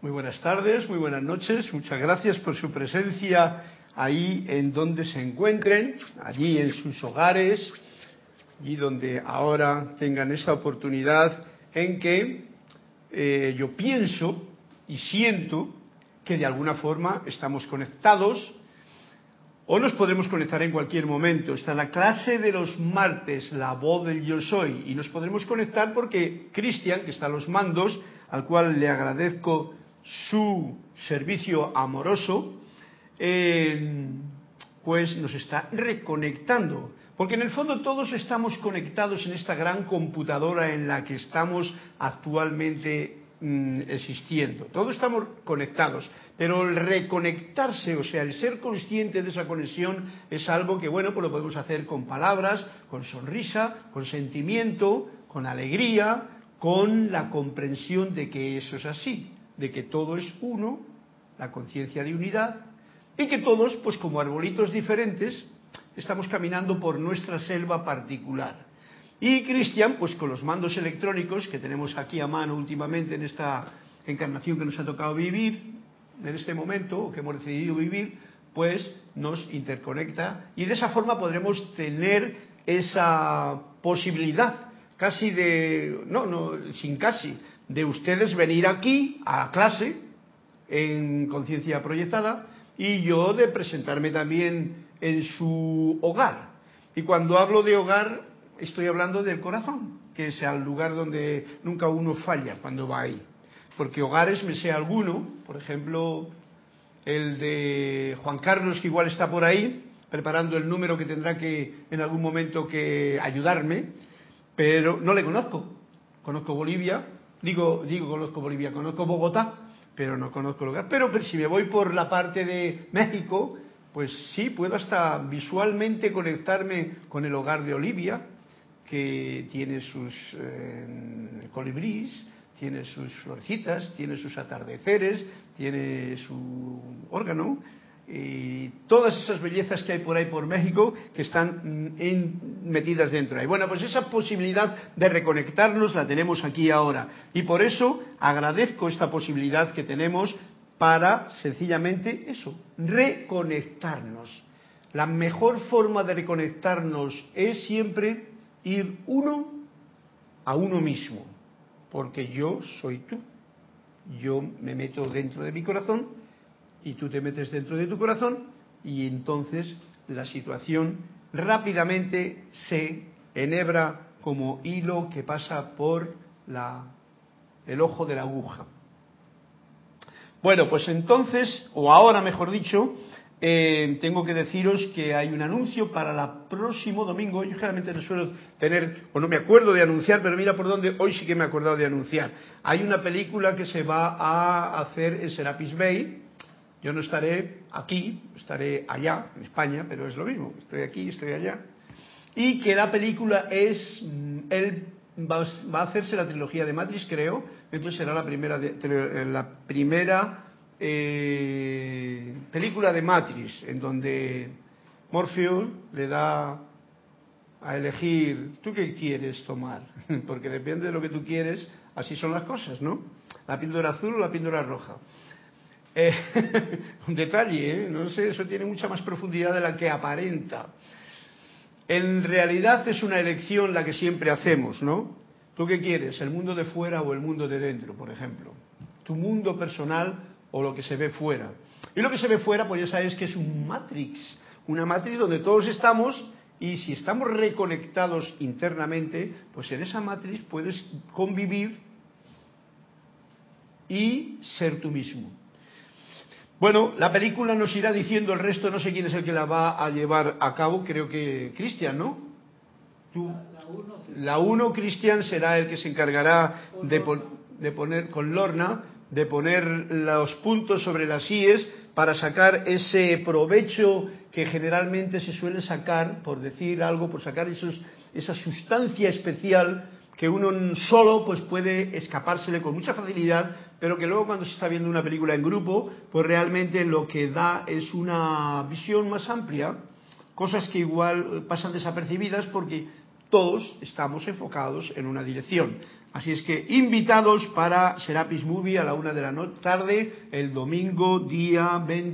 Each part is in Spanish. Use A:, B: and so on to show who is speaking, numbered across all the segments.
A: Muy buenas tardes, muy buenas noches. Muchas gracias por su presencia ahí en donde se encuentren, allí en sus hogares, y donde ahora tengan esta oportunidad en que yo pienso y siento que de alguna forma estamos conectados o nos podremos conectar en cualquier momento. Está la clase de los martes, la voz del yo soy, y nos podremos conectar porque Cristian, que está a los mandos, al cual le agradezco su servicio amoroso, pues nos está reconectando, porque en el fondo todos estamos conectados en esta gran computadora en la que estamos actualmente existiendo. Todos estamos conectados, pero el reconectarse, o sea, el ser consciente de esa conexión es algo que, bueno, pues lo podemos hacer con palabras, con sonrisa, con sentimiento, con alegría, con la comprensión de que eso es así, de que todo es uno, la conciencia de unidad, y que todos, pues como arbolitos diferentes, estamos caminando por nuestra selva particular. Y Cristian, pues con los mandos electrónicos que tenemos aquí a mano últimamente en esta encarnación que nos ha tocado vivir, en este momento, o que hemos decidido vivir, pues nos interconecta y de esa forma podremos tener esa posibilidad casi de, sin casi, de ustedes venir aquí a clase en conciencia proyectada y yo de presentarme también en su hogar. Y cuando hablo de hogar, estoy hablando del corazón, que es el lugar donde nunca uno falla cuando va ahí. Porque hogares me sé alguno, por ejemplo, el de Juan Carlos, que igual está por ahí, preparando el número que tendrá que en algún momento que ayudarme, pero no le conozco. Conozco Bolivia, conozco Bolivia, conozco Bogotá, pero no conozco el hogar. Pero si me voy por la parte de México, pues sí, puedo hasta visualmente conectarme con el hogar de Olivia, que tiene sus colibríes, tiene sus florecitas, tiene sus atardeceres, tiene su órgano, y todas esas bellezas que hay por ahí por México que están metidas dentro ahí. Bueno, pues esa posibilidad de reconectarnos la tenemos aquí ahora, y por eso agradezco esta posibilidad que tenemos para sencillamente eso, reconectarnos. La mejor forma de reconectarnos es siempre ir uno a uno mismo, porque yo soy tú. Yo me meto dentro de mi corazón y tú te metes dentro de tu corazón, y entonces la situación rápidamente se enhebra como hilo que pasa por el ojo de la aguja. Bueno, pues entonces, o ahora mejor dicho, tengo que deciros que hay un anuncio para el próximo domingo. Yo generalmente no suelo tener, o no me acuerdo de anunciar, pero mira por dónde, hoy sí que me he acordado de anunciar. Hay una película que se va a hacer en Serapis Bay. Yo no estaré aquí, estaré allá, en España, pero es lo mismo, estoy aquí, estoy allá. Y que la película es, va a hacerse la trilogía de Matrix, creo, entonces será la primera película de Matrix, en donde Morpheus le da a elegir, ¿tú qué quieres tomar? Porque depende de lo que tú quieres, así son las cosas, ¿no? La píldora azul o la píldora roja. Un detalle, no sé, eso tiene mucha más profundidad de la que aparenta. En realidad es una elección la que siempre hacemos, ¿no? ¿Tú qué quieres? ¿El mundo de fuera o el mundo de dentro, por ejemplo? ¿Tu mundo personal o lo que se ve fuera? Y lo que se ve fuera, pues ya sabes que es un matrix, una matrix donde todos estamos, y si estamos reconectados internamente, pues en esa matrix puedes convivir y ser tú mismo. Bueno, la película nos irá diciendo el resto, no sé quién es el que la va a llevar a cabo, creo que Cristian, ¿no? Tú. La 1, Cristian, será el que se encargará de poner, con Lorna, de poner los puntos sobre las íes para sacar ese provecho que generalmente se suele sacar, por decir algo, por sacar esa sustancia especial que uno solo pues puede escapársele con mucha facilidad, pero que luego cuando se está viendo una película en grupo, pues realmente lo que da es una visión más amplia, cosas que igual pasan desapercibidas porque todos estamos enfocados en una dirección. Así es que invitados para Serapis Movie a la 1 de la tarde, el domingo día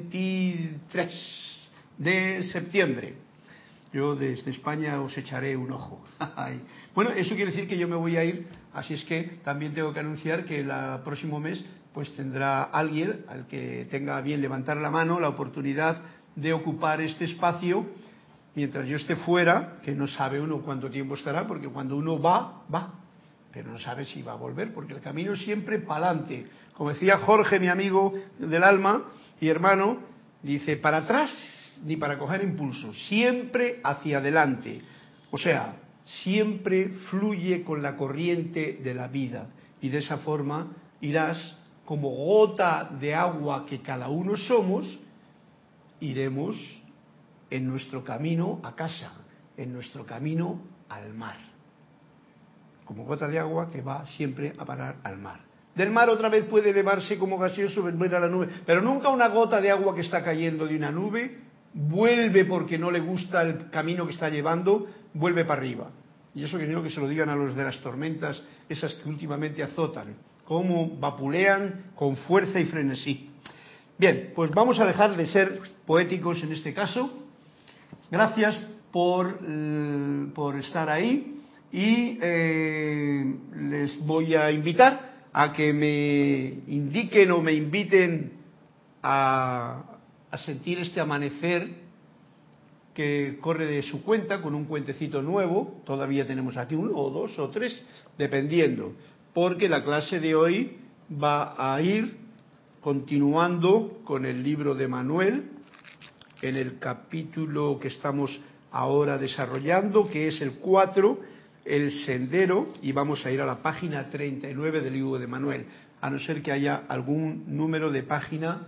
A: 23 de septiembre. Yo desde España os echaré un ojo. Bueno, eso quiere decir que yo me voy a ir, así es que también tengo que anunciar que el próximo mes pues tendrá alguien al que tenga bien levantar la mano la oportunidad de ocupar este espacio mientras yo esté fuera, que no sabe uno cuánto tiempo estará, porque cuando uno va, pero no sabe si va a volver, porque el camino es siempre para adelante. Como decía Jorge, mi amigo del alma y hermano, dice, para atrás ni para coger impulso, siempre hacia adelante. O sea, siempre fluye con la corriente de la vida y de esa forma irás como gota de agua que cada uno somos, iremos en nuestro camino a casa, en nuestro camino al mar. Como gota de agua que va siempre a parar al mar. Del mar otra vez puede elevarse como gaseoso, volver a la nube, pero nunca una gota de agua que está cayendo de una nube vuelve porque no le gusta el camino que está llevando, vuelve para arriba. Y eso que quiero que se lo digan a los de las tormentas, esas que últimamente azotan, cómo vapulean con fuerza y frenesí. Bien, pues vamos a dejar de ser poéticos en este caso. Gracias por estar ahí y les voy a invitar a que me indiquen o me inviten a sentir este amanecer que corre de su cuenta con un cuentecito nuevo. Todavía tenemos aquí uno o dos o tres, dependiendo, porque la clase de hoy va a ir continuando con el libro de Manuel en el capítulo que estamos ahora desarrollando, que es el 4, el sendero, y vamos a ir a la página 39 del libro de Manuel, a no ser que haya algún número de página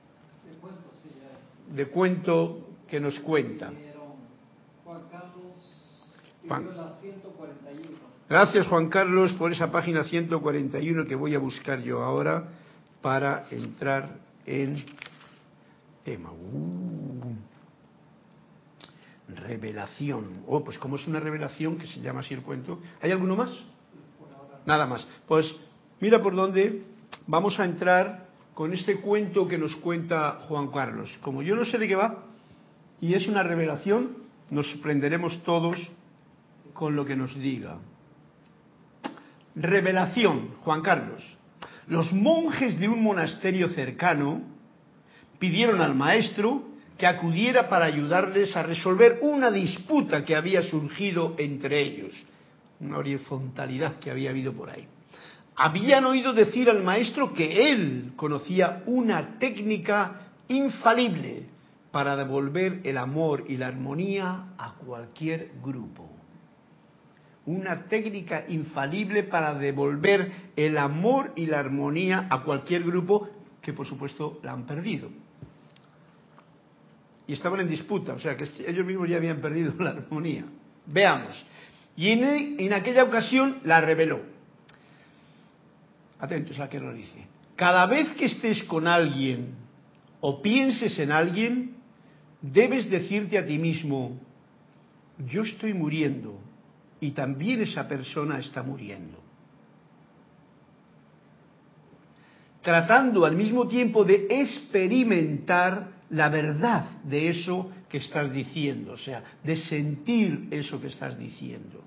A: de cuento que nos cuenta.
B: Juan Carlos pidió la 141.
A: Gracias, Juan Carlos, por esa página 141 que voy a buscar yo ahora para entrar en tema. Revelación. Pues como es una revelación que se llama así el cuento. ¿Hay alguno más? Nada más. Pues mira por dónde vamos a entrar con este cuento que nos cuenta Juan Carlos. Como yo no sé de qué va y es una revelación, nos sorprenderemos todos con lo que nos diga. Revelación, Juan Carlos. Los monjes de un monasterio cercano pidieron al maestro que acudiera para ayudarles a resolver una disputa que había surgido entre ellos, una horizontalidad que había habido por ahí. Habían oído decir al maestro que él conocía una técnica infalible para devolver el amor y la armonía a cualquier grupo. Una técnica infalible para devolver el amor y la armonía a cualquier grupo que por supuesto la han perdido. Y estaban en disputa, o sea que ellos mismos ya habían perdido la armonía. Veamos. Y en aquella ocasión la reveló. Atentos a que lo dice. Cada vez que estés con alguien o pienses en alguien, debes decirte a ti mismo, yo estoy muriendo y también esa persona está muriendo. Tratando al mismo tiempo de experimentar la verdad de eso que estás diciendo, o sea, de sentir eso que estás diciendo.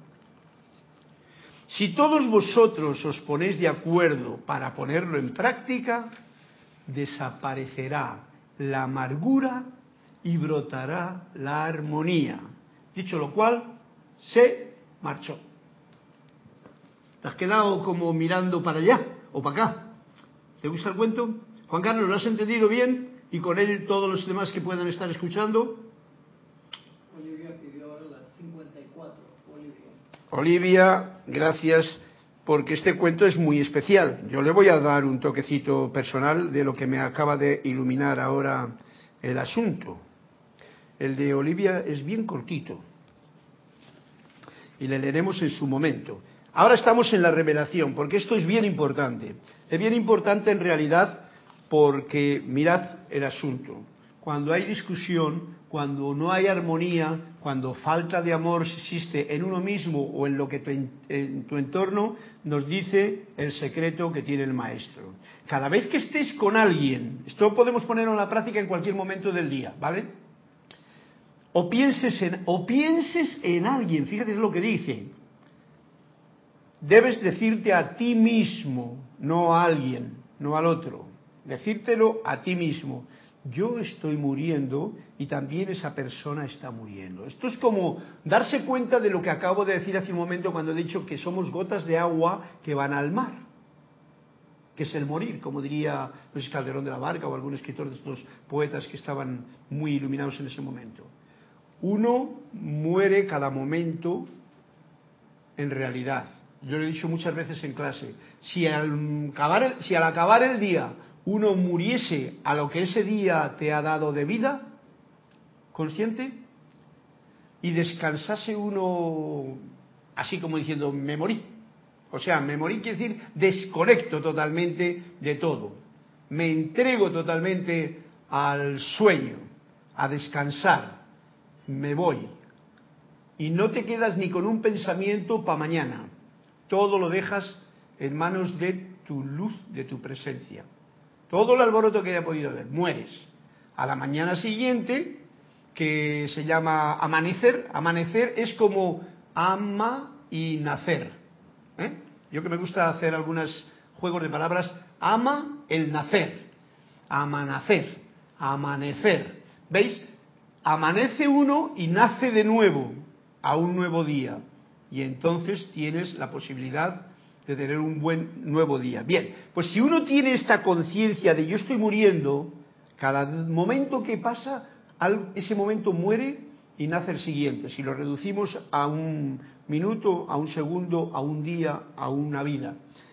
A: Si todos vosotros os ponéis de acuerdo para ponerlo en práctica, desaparecerá la amargura y brotará la armonía. Dicho lo cual, se marchó. ¿Te has quedado como mirando para allá o para acá? ¿Te gusta el cuento? Juan Carlos, ¿lo has entendido bien? Y con él todos los demás que puedan estar escuchando.
B: Olivia pidió ahora la 54.
A: Olivia, gracias, porque este cuento es muy especial. Yo le voy a dar un toquecito personal de lo que me acaba de iluminar ahora el asunto. El de Olivia es bien cortito y le leeremos en su momento. Ahora estamos en la revelación, porque esto es bien importante. Es bien importante en realidad porque mirad el asunto. Cuando hay discusión, cuando no hay armonía, cuando falta de amor existe en uno mismo o en lo que en tu entorno, nos dice el secreto que tiene el maestro. Cada vez que estés con alguien, esto podemos ponerlo en la práctica en cualquier momento del día, ¿vale? O pienses en alguien, fíjate lo que dice. Debes decirte a ti mismo, no a alguien, no al otro. Decírtelo a ti mismo. Yo estoy muriendo y también esa persona está muriendo. Esto es como darse cuenta de lo que acabo de decir hace un momento cuando he dicho que somos gotas de agua que van al mar, que es el morir, como diría Luis Calderón de la Barca o algún escritor de estos poetas que estaban muy iluminados en ese momento. Uno muere cada momento en realidad. Yo lo he dicho muchas veces en clase. Si al acabar el día uno muriese a lo que ese día te ha dado de vida, consciente, y descansase uno así como diciendo, me morí. O sea, me morí quiere decir desconecto totalmente de todo. Me entrego totalmente al sueño, a descansar. Me voy. Y no te quedas ni con un pensamiento para mañana. Todo lo dejas en manos de tu luz, de tu presencia. Todo el alboroto que haya podido haber, mueres. A la mañana siguiente, que se llama amanecer, amanecer es como ama y nacer. Yo que me gusta hacer algunos juegos de palabras, ama el nacer, amanacer, amanecer. ¿Veis? Amanece uno y nace de nuevo a un nuevo día. Y entonces tienes la posibilidad de tener un buen nuevo día. Bien, pues si uno tiene esta conciencia de yo estoy muriendo, cada momento que pasa, ese momento muere y nace el siguiente. Si lo reducimos a un minuto, a un segundo, a un día, a una vida.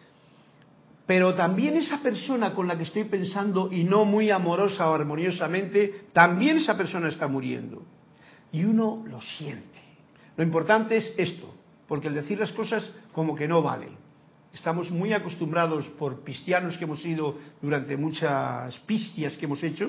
A: Pero también esa persona con la que estoy pensando, y no muy amorosa o armoniosamente, también esa persona está muriendo. Y uno lo siente. Lo importante es esto, porque el decir las cosas como que no vale. Estamos muy acostumbrados por pistianos que hemos sido durante muchas pistias que hemos hecho,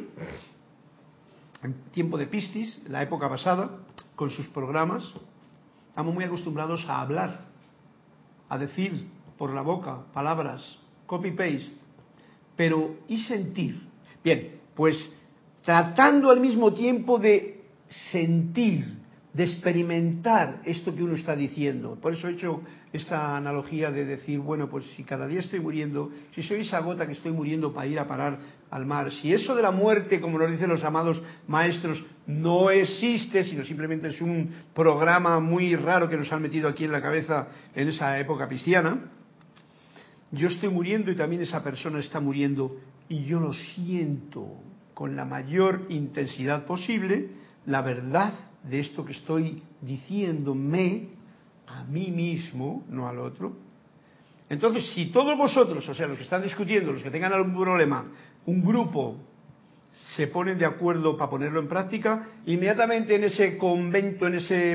A: en tiempo de pistis, en la época pasada, con sus programas, estamos muy acostumbrados a hablar, a decir por la boca palabras, copy-paste, pero ¿y sentir? Bien, pues tratando al mismo tiempo de sentir, de experimentar esto que uno está diciendo. Por eso he hecho esta analogía de decir, bueno, pues si cada día estoy muriendo, si soy esa gota que estoy muriendo para ir a parar al mar, si eso de la muerte, como nos dicen los amados maestros, no existe, sino simplemente es un programa muy raro que nos han metido aquí en la cabeza en esa época cristiana, yo estoy muriendo y también esa persona está muriendo y yo lo siento con la mayor intensidad posible, la verdad de esto que estoy diciéndome a mí mismo, no al otro. Entonces, si todos vosotros, o sea, los que están discutiendo, los que tengan algún problema, un grupo se ponen de acuerdo para ponerlo en práctica, inmediatamente en ese convento, en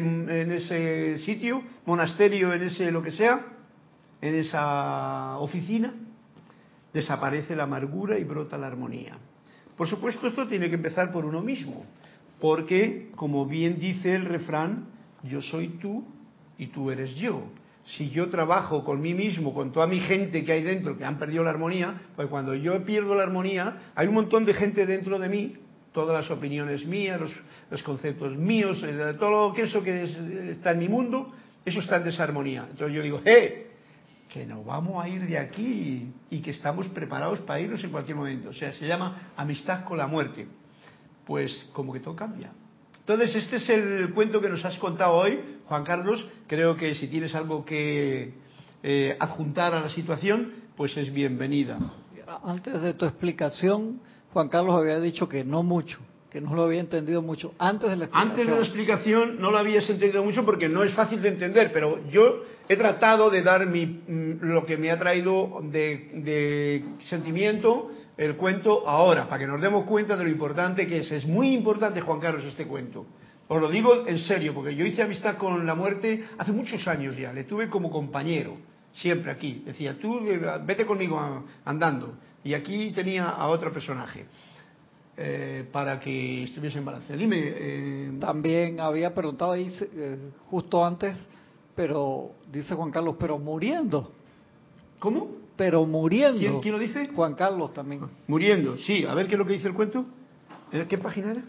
A: ese sitio, monasterio, en ese lo que sea, en esa oficina, desaparece la amargura y brota la armonía. Por supuesto, esto tiene que empezar por uno mismo, porque, como bien dice el refrán, yo soy tú y tú eres yo. Si yo trabajo con mí mismo, con toda mi gente que hay dentro, que han perdido la armonía, pues cuando yo pierdo la armonía, hay un montón de gente dentro de mí, todas las opiniones mías, los conceptos míos, todo eso que está en mi mundo, eso está en desarmonía. Entonces yo digo, que nos vamos a ir de aquí y que estamos preparados para irnos en cualquier momento. O sea, se llama amistad con la muerte. Pues como que todo cambia. Entonces, este es el cuento que nos has contado hoy, Juan Carlos. Creo que si tienes algo que adjuntar a la situación, pues es bienvenida.
B: Antes de tu explicación, Juan Carlos había dicho que no mucho, que no lo había entendido mucho. Antes de la
A: explicación no lo habías entendido mucho porque no es fácil de entender, pero yo he tratado de dar lo que me ha traído de sentimiento el cuento ahora, para que nos demos cuenta de lo importante que es. Es muy importante, Juan Carlos, este cuento. Os lo digo en serio, porque yo hice amistad con la muerte hace muchos años ya, le tuve como compañero, siempre aquí. Decía, tú vete conmigo andando. Y aquí tenía a otro personaje. para que estuviese en balance. Dime.
B: También había preguntado ahí justo antes, pero dice Juan Carlos, pero muriendo.
A: ¿Cómo?
B: Pero muriendo.
A: ¿Quién lo dice?
B: Juan Carlos también.
A: Muriendo, sí. A ver qué es lo que dice el cuento. ¿Qué página era?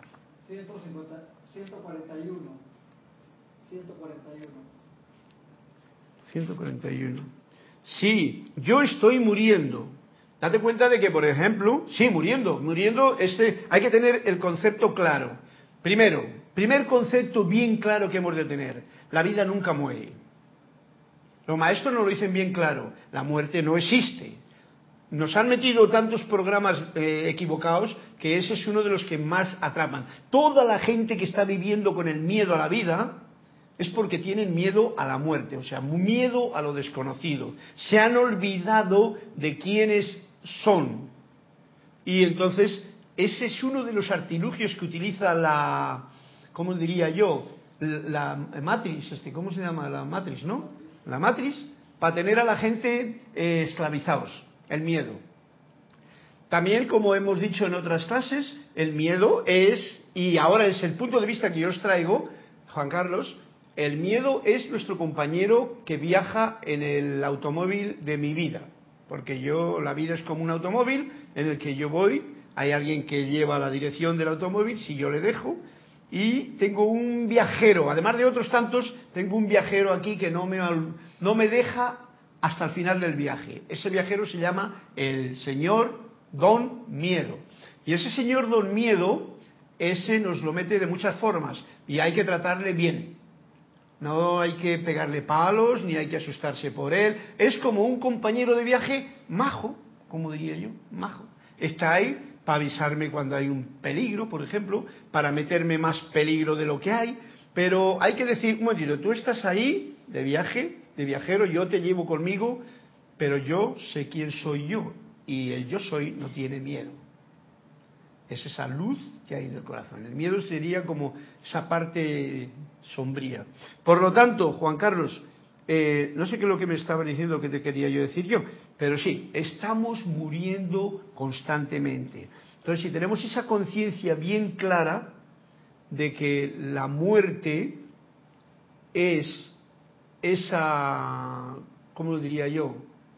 B: 141. 141.
A: 141. Sí, yo estoy muriendo. Date cuenta de que, por ejemplo, sí, muriendo, hay que tener el concepto claro. Primero, primer concepto bien claro que hemos de tener: la vida nunca muere. Los maestros nos lo dicen bien claro: la muerte no existe. Nos han metido tantos programas equivocados que ese es uno de los que más atrapan. Toda la gente que está viviendo con el miedo a la vida es porque tienen miedo a la muerte, o sea, miedo a lo desconocido. Se han olvidado de quiénes son. Y entonces, ese es uno de los artilugios que utiliza ¿cómo diría yo? La Matrix, ¿cómo se llama? La Matrix, ¿no? La Matrix, para tener a la gente esclavizados, el miedo. También, como hemos dicho en otras clases, el miedo es, y ahora es el punto de vista que yo os traigo, Juan Carlos, el miedo es nuestro compañero que viaja en el automóvil de mi vida, porque la vida es como un automóvil en el que yo voy, hay alguien que lleva la dirección del automóvil, si yo le dejo, y tengo un viajero, además de otros tantos, tengo un viajero aquí que no me deja hasta el final del viaje. Ese viajero se llama el señor Don Miedo. Y ese señor Don Miedo, ese nos lo mete de muchas formas, y hay que tratarle bien. No hay que pegarle palos, ni hay que asustarse por él. Es como un compañero de viaje majo, como diría yo, majo. Está ahí para avisarme cuando hay un peligro, por ejemplo, para meterme más peligro de lo que hay. Pero hay que decir, un momentito, tú estás ahí de viaje, de viajero, yo te llevo conmigo, pero yo sé quién soy yo. Y el yo soy no tiene miedo. Es esa luz que hay en el corazón. El miedo sería como esa parte sombría. Por lo tanto, Juan Carlos, no sé qué es lo que me estaba diciendo que te quería yo decir yo, pero sí, estamos muriendo constantemente. Entonces, si tenemos esa conciencia bien clara de que la muerte es esa, ¿cómo lo diría yo?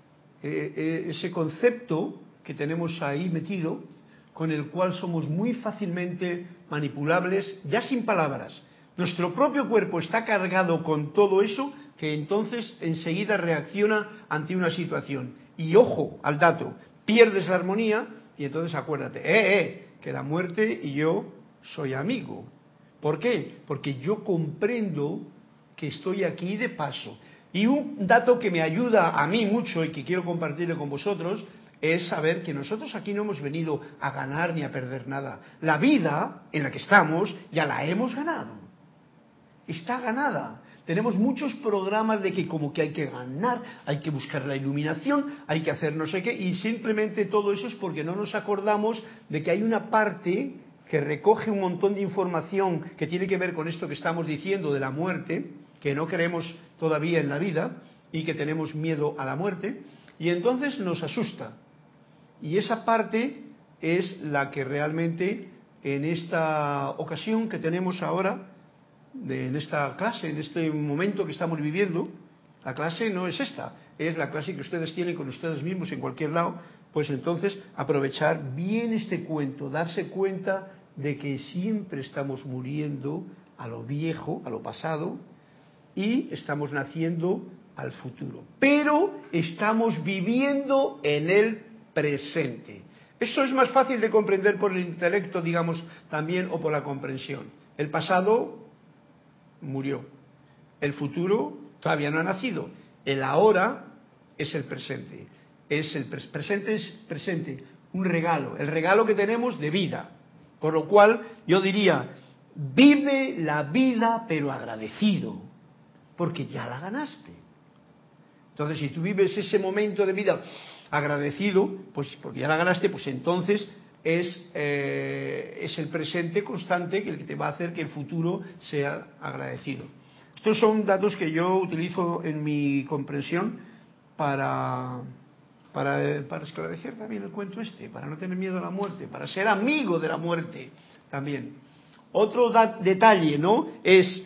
A: Ese concepto que tenemos ahí metido, con el cual somos muy fácilmente manipulables, ya sin palabras. Nuestro propio cuerpo está cargado con todo eso, que entonces enseguida reacciona ante una situación. Y ojo al dato, pierdes la armonía y entonces acuérdate, que la muerte y yo soy amigo. ¿Por qué? Porque yo comprendo que estoy aquí de paso. Y un dato que me ayuda a mí mucho y que quiero compartirlo con vosotros es saber que nosotros aquí no hemos venido a ganar ni a perder nada. La vida en la que estamos ya la hemos ganado. Está ganada. Tenemos muchos programas de que como que hay que ganar, hay que buscar la iluminación, hay que hacer no sé qué, y simplemente todo eso es porque no nos acordamos de que hay una parte que recoge un montón de información que tiene que ver con esto que estamos diciendo de la muerte, que no creemos todavía en la vida y que tenemos miedo a la muerte, y entonces nos asusta. Y esa parte es la que realmente en esta ocasión que tenemos ahora, en esta clase, en este momento que estamos viviendo, la clase no es esta, es la clase que ustedes tienen con ustedes mismos en cualquier lado, pues entonces aprovechar bien este cuento, darse cuenta de que siempre estamos muriendo a lo viejo, a lo pasado, y estamos naciendo al futuro. Pero estamos viviendo en el presente. Eso es más fácil de comprender por el intelecto, digamos, también, o por la comprensión. El pasado murió. El futuro todavía no ha nacido. El ahora es el presente. Presente es presente, un regalo. El regalo que tenemos de vida. Por lo cual yo diría, vive la vida pero agradecido, porque ya la ganaste. Entonces, si tú vives ese momento de vida agradecido, pues porque ya la ganaste, pues entonces es el presente constante el que te va a hacer que el futuro sea agradecido. Estos son datos que yo utilizo en mi comprensión para para esclarecer también el cuento para no tener miedo a la muerte, para ser amigo de la muerte también. Otro detalle, ¿no? Es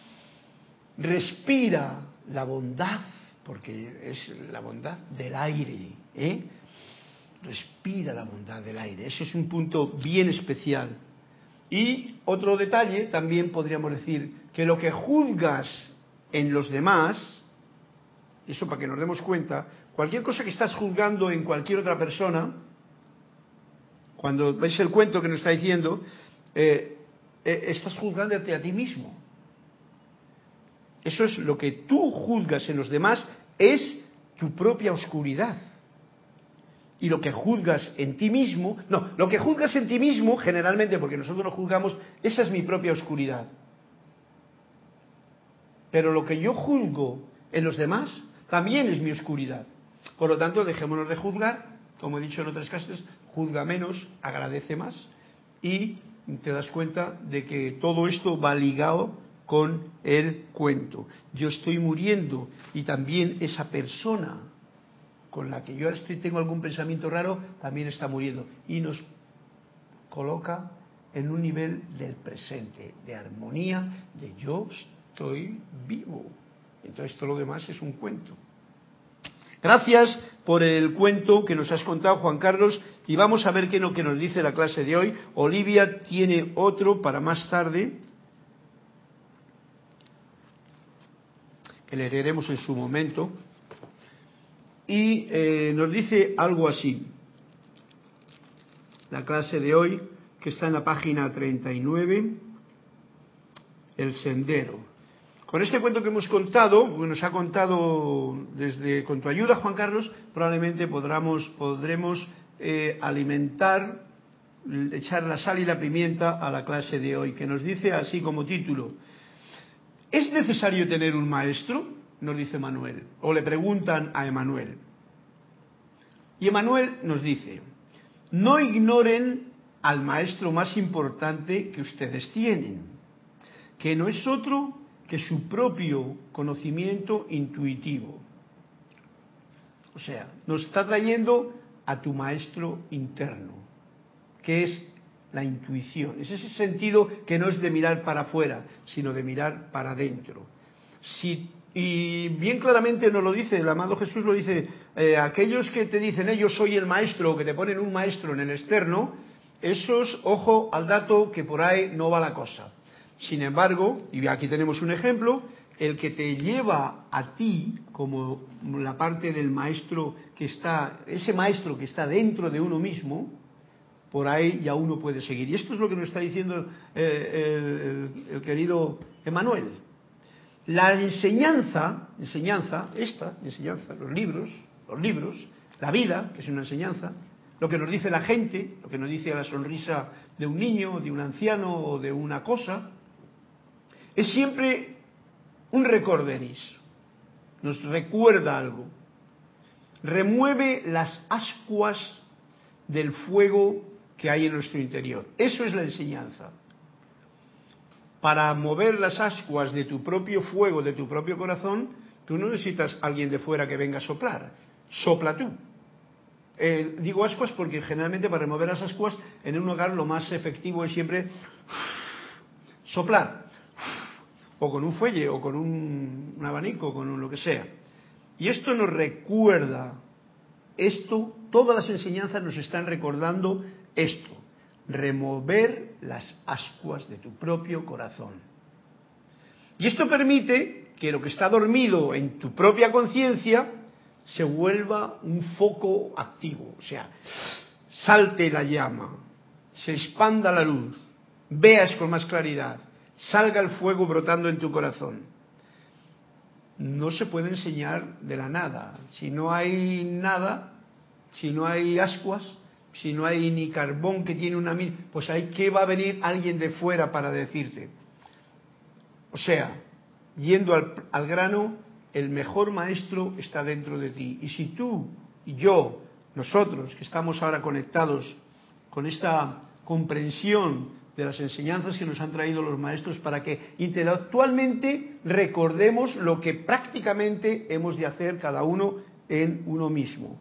A: respira la bondad, porque es la bondad del aire, ¿eh? Respira la bondad del aire. Eso es un punto bien especial. Y otro detalle, también podríamos decir, que lo que juzgas en los demás, eso para que nos demos cuenta, cualquier cosa que estás juzgando en cualquier otra persona, cuando veis el cuento que nos está diciendo, estás juzgándote a ti mismo. Eso es lo que tú juzgas en los demás, es tu propia oscuridad. Y lo que juzgas en ti mismo, no, lo que juzgas en ti mismo, generalmente, porque nosotros lo juzgamos, esa es mi propia oscuridad. Pero lo que yo juzgo en los demás, también es mi oscuridad. Por lo tanto, dejémonos de juzgar, como he dicho en otras clases, juzga menos, agradece más, y te das cuenta de que todo esto va ligado con el cuento. Yo estoy muriendo y también esa persona con la que yo tengo algún pensamiento raro también está muriendo, y nos coloca en un nivel del presente, de armonía, de yo estoy vivo. Entonces todo lo demás es un cuento. Gracias por el cuento que nos has contado, Juan Carlos, y vamos a ver qué es lo que nos dice la clase de hoy. Olivia tiene otro para más tarde, que le leeremos en su momento, y nos dice algo así, la clase de hoy, que está en la página 39, el sendero. Con este cuento que hemos contado, que nos ha contado con tu ayuda, Juan Carlos, probablemente podremos alimentar, echar la sal y la pimienta a la clase de hoy, que nos dice así como título: ¿es necesario tener un maestro? Nos dice Manuel, o le preguntan a Emanuel. Y Emanuel nos dice: no ignoren al maestro más importante que ustedes tienen, que no es otro que su propio conocimiento intuitivo. O sea, nos está trayendo a tu maestro interno, que es la intuición. Es ese sentido que no es de mirar para afuera, sino de mirar para adentro. Y bien claramente nos lo dice, el amado Jesús lo dice, aquellos que te dicen, yo soy el maestro, o que te ponen un maestro en el externo, esos, ojo al dato, que por ahí no va la cosa. Sin embargo, y aquí tenemos un ejemplo, el que te lleva a ti como la parte del maestro que está, ese maestro que está dentro de uno mismo, por ahí ya uno puede seguir. Y esto es lo que nos está diciendo el querido Emanuel. La enseñanza, los libros, la vida, que es una enseñanza, lo que nos dice la gente, lo que nos dice la sonrisa de un niño, de un anciano o de una cosa, es siempre un recorderis, nos recuerda algo, remueve las ascuas del fuego que hay en nuestro interior. Eso es la enseñanza. Para mover las ascuas de tu propio fuego, de tu propio corazón, tú no necesitas a alguien de fuera que venga a soplar. Sopla tú. Digo ascuas porque generalmente para remover las ascuas en un hogar lo más efectivo es siempre soplar. O con un fuelle, o con un abanico, con lo que sea. Y esto nos recuerda, todas las enseñanzas nos están recordando esto. Remover las ascuas de tu propio corazón. Y esto permite que lo que está dormido en tu propia conciencia se vuelva un foco activo, o sea, salte la llama, se expanda la luz, veas con más claridad, salga el fuego brotando en tu corazón. No se puede enseñar de la nada. Si no hay nada, si no hay ascuas, si no hay ni carbón que tiene una mina, pues ahí ¿qué va a venir alguien de fuera para decirte? O sea, yendo al grano, el mejor maestro está dentro de ti. Y si tú y yo, nosotros que estamos ahora conectados con esta comprensión de las enseñanzas que nos han traído los maestros para que intelectualmente recordemos lo que prácticamente hemos de hacer cada uno en uno mismo.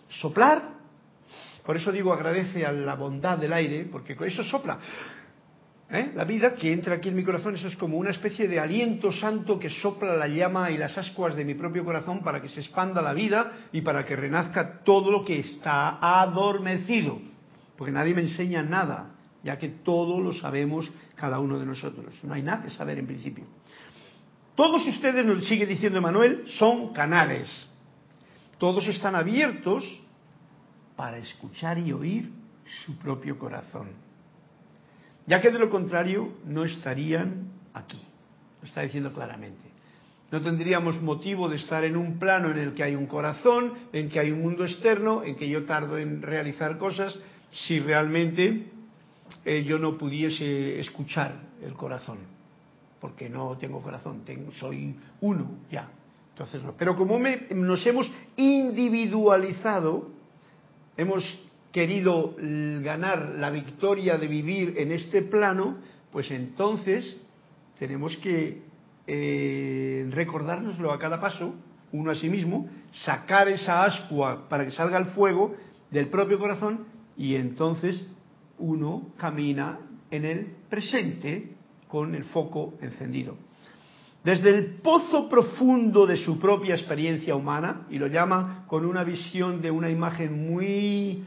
A: soplar. Por eso digo, agradece a la bondad del aire, porque con eso sopla. La vida que entra aquí en mi corazón, eso es como una especie de aliento santo que sopla la llama y las ascuas de mi propio corazón para que se expanda la vida y para que renazca todo lo que está adormecido. Porque nadie me enseña nada, ya que todo lo sabemos cada uno de nosotros. No hay nada que saber en principio. Todos ustedes, nos sigue diciendo Manuel, son canales. Todos están abiertos para escuchar y oír su propio corazón. Ya que de lo contrario no estarían aquí. Lo está diciendo claramente. No tendríamos motivo de estar en un plano en el que hay un corazón, en que hay un mundo externo, en que yo tardo en realizar cosas, si realmente yo no pudiese escuchar el corazón. Porque no tengo corazón, soy uno ya. Entonces no. Pero como nos hemos individualizado, hemos querido ganar la victoria de vivir en este plano, pues entonces tenemos que recordárnoslo a cada paso, uno a sí mismo, sacar esa ascua para que salga el fuego del propio corazón y entonces uno camina en el presente con el foco encendido. Desde el pozo profundo de su propia experiencia humana, y lo llama con una visión de una imagen muy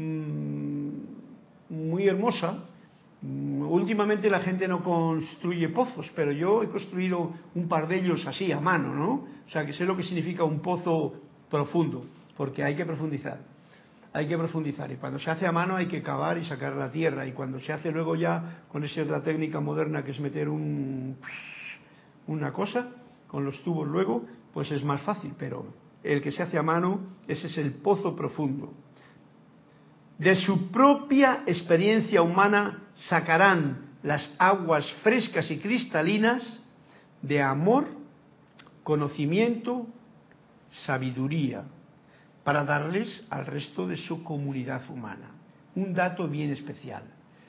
A: hermosa. Últimamente la gente no construye pozos, pero yo he construido un par de ellos así, a mano, ¿no? O sea, que sé lo que significa un pozo profundo, porque hay que profundizar. Hay que profundizar, y cuando se hace a mano hay que cavar y sacar la tierra, y cuando se hace luego ya con esa otra técnica moderna que es meter una cosa con los tubos luego, pues es más fácil, pero el que se hace a mano, ese es el pozo profundo. De su propia experiencia humana sacarán las aguas frescas y cristalinas de amor, conocimiento, sabiduría, para darles al resto de su comunidad humana. Un dato bien especial.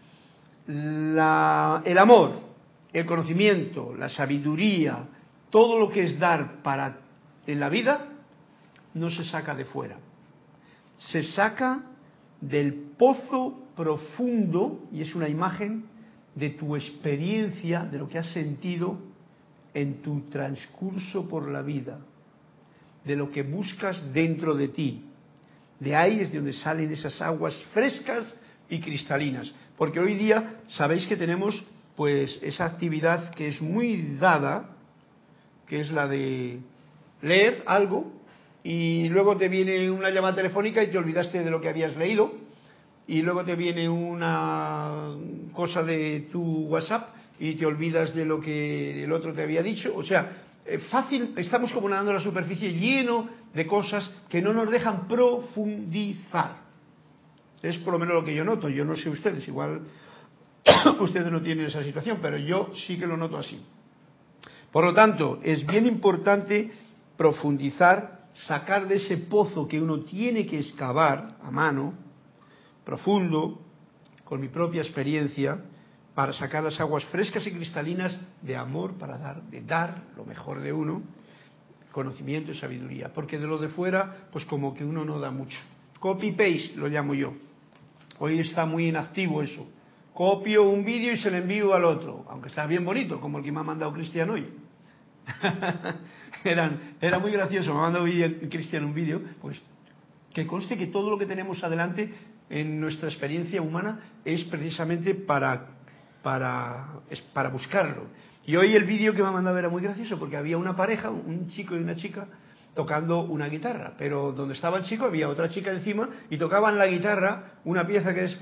A: El amor, el conocimiento, la sabiduría, todo lo que es dar en la vida, no se saca de fuera. Se saca del pozo profundo, y es una imagen de tu experiencia, de lo que has sentido en tu transcurso por la vida, de lo que buscas dentro de ti. De ahí es de donde salen esas aguas frescas y cristalinas. Porque hoy día sabéis que tenemos pues esa actividad que es muy dada, que es la de leer algo y luego te viene una llamada telefónica y te olvidaste de lo que habías leído, y luego te viene una cosa de tu WhatsApp y te olvidas de lo que el otro te había dicho. O sea, fácil, estamos como nadando en la superficie lleno de cosas que no nos dejan profundizar. Es por lo menos lo que yo noto. Yo no sé ustedes, igual ustedes no tienen esa situación, pero yo sí que lo noto así. Por lo tanto, es bien importante profundizar, sacar de ese pozo que uno tiene que excavar a mano, profundo, con mi propia experiencia, para sacar las aguas frescas y cristalinas de amor, para dar lo mejor de uno, conocimiento y sabiduría. Porque de lo de fuera, pues como que uno no da mucho. Copy-paste lo llamo yo. Hoy está muy inactivo eso. Copio un vídeo y se lo envío al otro, aunque está bien bonito, como el que me ha mandado Cristian hoy. Era muy gracioso, me ha mandado Cristian un vídeo, pues que conste que todo lo que tenemos adelante en nuestra experiencia humana es precisamente para buscarlo. Y hoy el vídeo que me ha mandado era muy gracioso, porque había una pareja, un chico y una chica, tocando una guitarra, pero donde estaba el chico había otra chica encima y tocaban la guitarra una pieza que es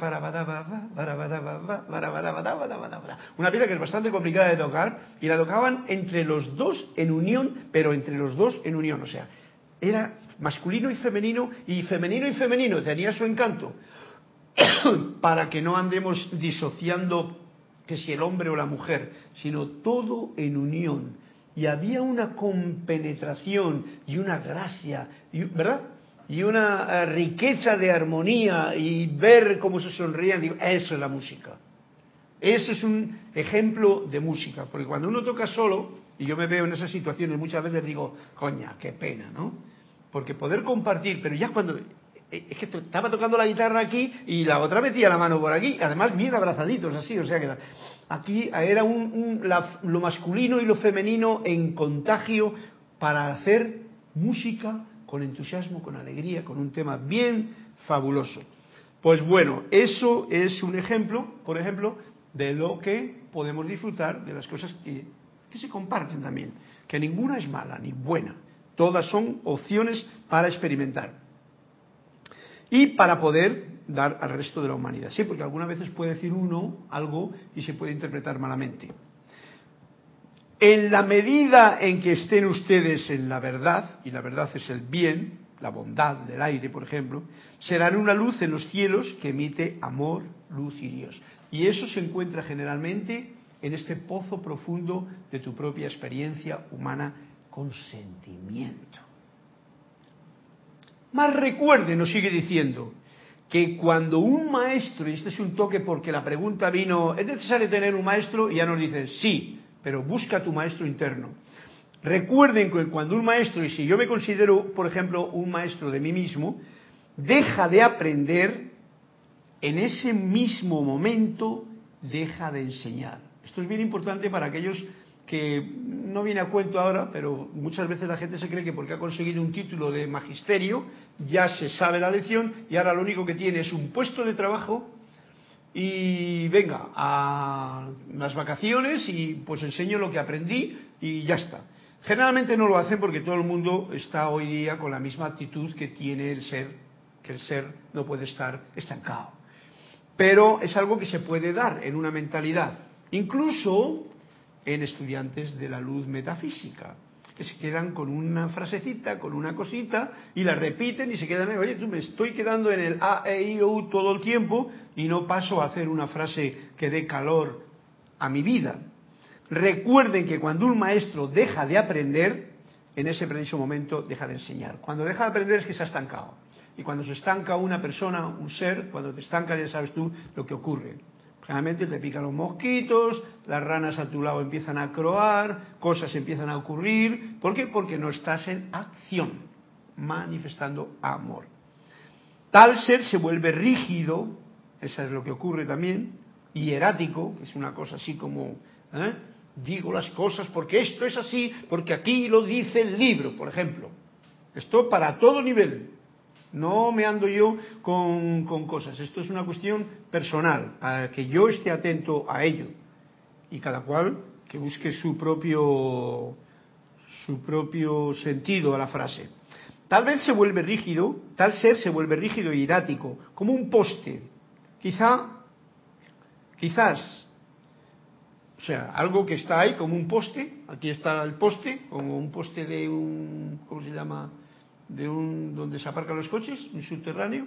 A: una pieza que es bastante complicada de tocar, y la tocaban entre los dos en unión, pero entre los dos en unión, o sea, era masculino y femenino, tenía su encanto, para que no andemos disociando que si el hombre o la mujer, sino todo en unión. Y había una compenetración y una gracia, ¿verdad? Y una riqueza de armonía, y ver cómo se sonrían, digo, eso es la música. Eso es un ejemplo de música, porque cuando uno toca solo, y yo me veo en esas situaciones muchas veces, digo, coña, qué pena, ¿no? Porque poder compartir, pero ya cuando es que estaba tocando la guitarra aquí y la otra metía la mano por aquí, además bien abrazaditos así, o sea que aquí era lo masculino y lo femenino en contagio para hacer música con entusiasmo, con alegría, con un tema bien fabuloso. Pues bueno, eso es un ejemplo, por ejemplo, de lo que podemos disfrutar, de las cosas que se comparten también, que ninguna es mala ni buena, todas son opciones para experimentar y para poder dar al resto de la humanidad. Sí, porque algunas veces puede decir uno algo y se puede interpretar malamente. En la medida en que estén ustedes en la verdad, y la verdad es el bien, la bondad del aire, por ejemplo, serán una luz en los cielos que emite amor, luz y Dios. Y eso se encuentra generalmente en este pozo profundo de tu propia experiencia humana con sentimiento. Más recuerde, nos sigue diciendo, que cuando un maestro, y este es un toque porque la pregunta vino, ¿es necesario tener un maestro? Y ya nos dice, sí, pero busca tu maestro interno. Recuerden que cuando un maestro, y si yo me considero, por ejemplo, un maestro de mí mismo, deja de aprender, en ese mismo momento deja de enseñar. Esto es bien importante para aquellos que no viene a cuento ahora, pero muchas veces la gente se cree que porque ha conseguido un título de magisterio ya se sabe la lección y ahora lo único que tiene es un puesto de trabajo y venga a las vacaciones y pues enseño lo que aprendí y ya está. Generalmente no lo hacen porque todo el mundo está hoy día con la misma actitud que tiene el ser, que el ser no puede estar estancado. Pero es algo que se puede dar en una mentalidad, incluso en estudiantes de la luz metafísica, que se quedan con una frasecita, con una cosita, y la repiten y se quedan, oye, tú me estoy quedando en el A, E, I, O, U todo el tiempo y no paso a hacer una frase que dé calor a mi vida. Recuerden que cuando un maestro deja de aprender, en ese preciso momento deja de enseñar. Cuando deja de aprender es que se ha estancado. Y cuando se estanca una persona, un ser, cuando te estancas ya sabes tú lo que ocurre. Generalmente te pican los mosquitos, las ranas a tu lado empiezan a croar, cosas empiezan a ocurrir. ¿Por qué? Porque no estás en acción, manifestando amor. Tal ser se vuelve rígido, eso es lo que ocurre también, y hierático, que es una cosa así como, digo las cosas porque esto es así, porque aquí lo dice el libro, por ejemplo. Esto para todo nivel. No me ando yo con cosas. Esto es una cuestión personal, para que yo esté atento a ello. Y cada cual que busque su propio sentido a la frase. Tal ser se vuelve rígido e irático, como un poste. Quizás, o sea, algo que está ahí como un poste, aquí está el poste, como un poste de un, ¿cómo se llama?, donde se aparcan los coches, un subterráneo,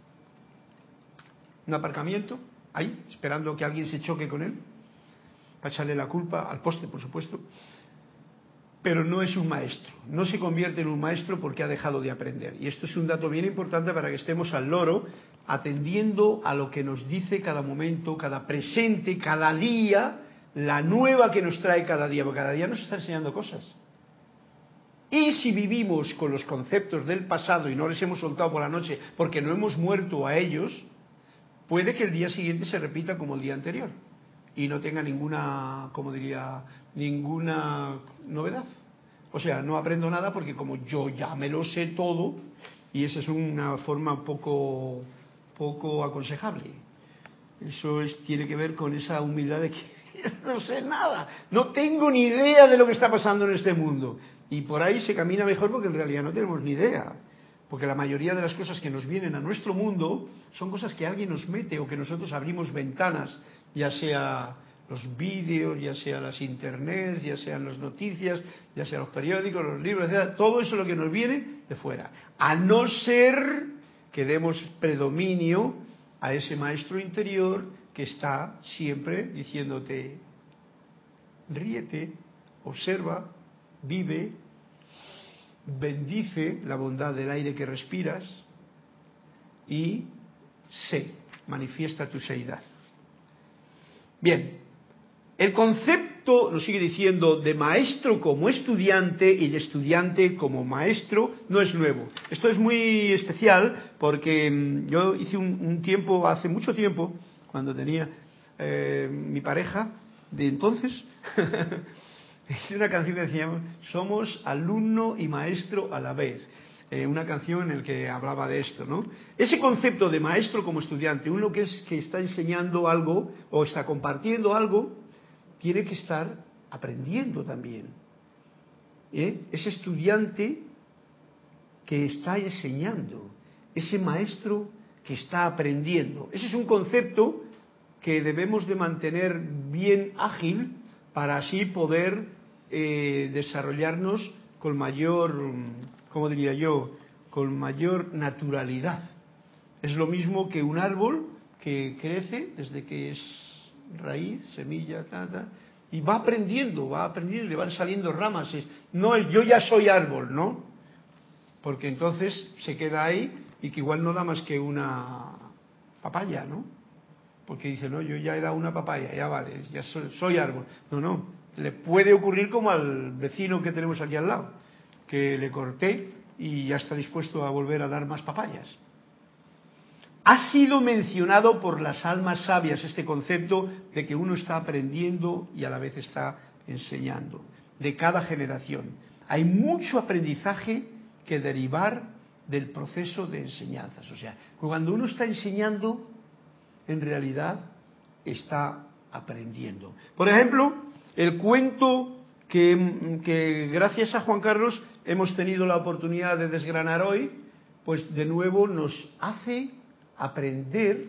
A: un aparcamiento, ahí, esperando que alguien se choque con él, para echarle la culpa al poste, por supuesto. Pero no es un maestro, no se convierte en un maestro porque ha dejado de aprender. Y esto es un dato bien importante para que estemos al loro, atendiendo a lo que nos dice cada momento, cada presente, cada día, la nueva que nos trae cada día, porque cada día nos está enseñando cosas. Y si vivimos con los conceptos del pasado y no les hemos soltado por la noche porque no hemos muerto a ellos, puede que el día siguiente se repita como el día anterior y no tenga ninguna, como diría, ninguna novedad. O sea, no aprendo nada porque como yo ya me lo sé todo, y esa es una forma poco aconsejable. Eso tiene que ver con esa humildad de que no sé nada, no tengo ni idea de lo que está pasando en este mundo. Y por ahí se camina mejor porque en realidad no tenemos ni idea. Porque la mayoría de las cosas que nos vienen a nuestro mundo son cosas que alguien nos mete o que nosotros abrimos ventanas, ya sea los vídeos, ya sea las internets, ya sean las noticias, ya sean los periódicos, los libros, etc. Todo eso es lo que nos viene de fuera. A no ser que demos predominio a ese maestro interior que está siempre diciéndote, ríete, observa, vive, bendice la bondad del aire que respiras y manifiesta tu seidad. Bien, el concepto concepto, nos sigue diciendo, de maestro como estudiante y de estudiante como maestro no es nuevo. Esto es muy especial porque yo hice un tiempo, hace mucho tiempo, cuando tenía mi pareja de entonces, hice una canción que decíamos, somos alumno y maestro a la vez. Una canción en la que hablaba de esto, ¿no? Ese concepto de maestro como estudiante, uno que está enseñando algo o está compartiendo algo, tiene que estar aprendiendo también. Ese estudiante que está enseñando, ese maestro que está aprendiendo. Ese es un concepto que debemos de mantener bien ágil para así poder desarrollarnos con mayor, ¿cómo diría yo?, con mayor naturalidad. Es lo mismo que un árbol que crece desde que es raíz, semilla, y va aprendiendo, le van saliendo ramas. No es yo ya soy árbol, ¿no? Porque entonces se queda ahí y que igual no da más que una papaya, ¿no? Porque dice, no, yo ya he dado una papaya, ya vale, ya soy árbol. No, le puede ocurrir como al vecino que tenemos aquí al lado, que le corté y ya está dispuesto a volver a dar más papayas. Ha sido mencionado por las almas sabias este concepto de que uno está aprendiendo y a la vez está enseñando, de cada generación. Hay mucho aprendizaje que derivar del proceso de enseñanzas. O sea, cuando uno está enseñando, en realidad está aprendiendo. Por ejemplo, el cuento que gracias a Juan Carlos hemos tenido la oportunidad de desgranar hoy, pues de nuevo nos hace aprender